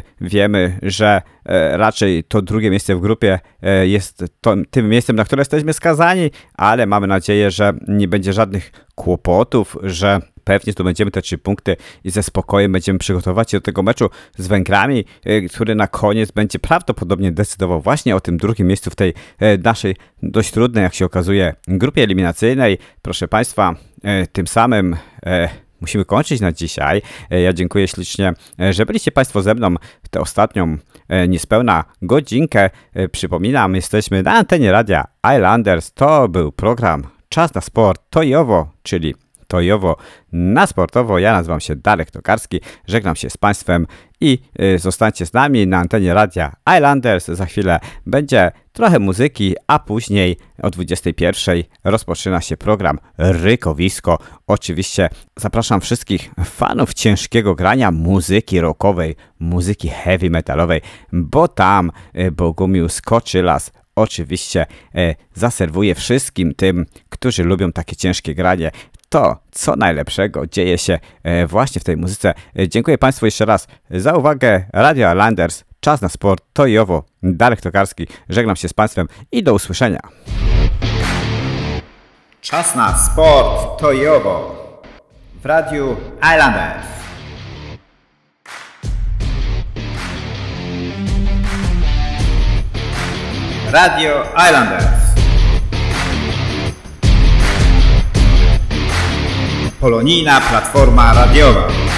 wiemy, że raczej to drugie miejsce w grupie jest tym miejscem, na które jesteśmy skazani, ale mamy nadzieję, że nie będzie żadnych kłopotów, że pewnie zdobędziemy te 3 punkty i ze spokojem będziemy przygotować się do tego meczu z Węgrami, który na koniec będzie prawdopodobnie decydował właśnie o tym drugim miejscu w tej naszej dość trudnej, jak się okazuje, grupie eliminacyjnej. Proszę Państwa, tym samym musimy kończyć na dzisiaj. Ja dziękuję ślicznie, że byliście Państwo ze mną w tę ostatnią niespełna godzinkę. Przypominam, jesteśmy na antenie radia Islanders. To był program Czas na Sport Toyowo, czyli Toyowo na sportowo. Ja nazywam się Darek Tokarski, żegnam się z Państwem i zostańcie z nami na antenie radia Islanders. Za chwilę będzie trochę muzyki, a później o 21:00 rozpoczyna się program Rykowisko. Oczywiście zapraszam wszystkich fanów ciężkiego grania, muzyki rockowej, muzyki heavy metalowej, bo tam Bogumił Skoczylas oczywiście zaserwuje wszystkim tym, którzy lubią takie ciężkie granie, to, co najlepszego dzieje się właśnie w tej muzyce. Dziękuję Państwu jeszcze raz za uwagę. Radio Islanders, Czas na Sport, Toyowo, Darek Tokarski. Żegnam się z Państwem i do usłyszenia. Czas na Sport Toyowo w Radiu Islanders. Radio Islanders. Polonijna platforma radiowa.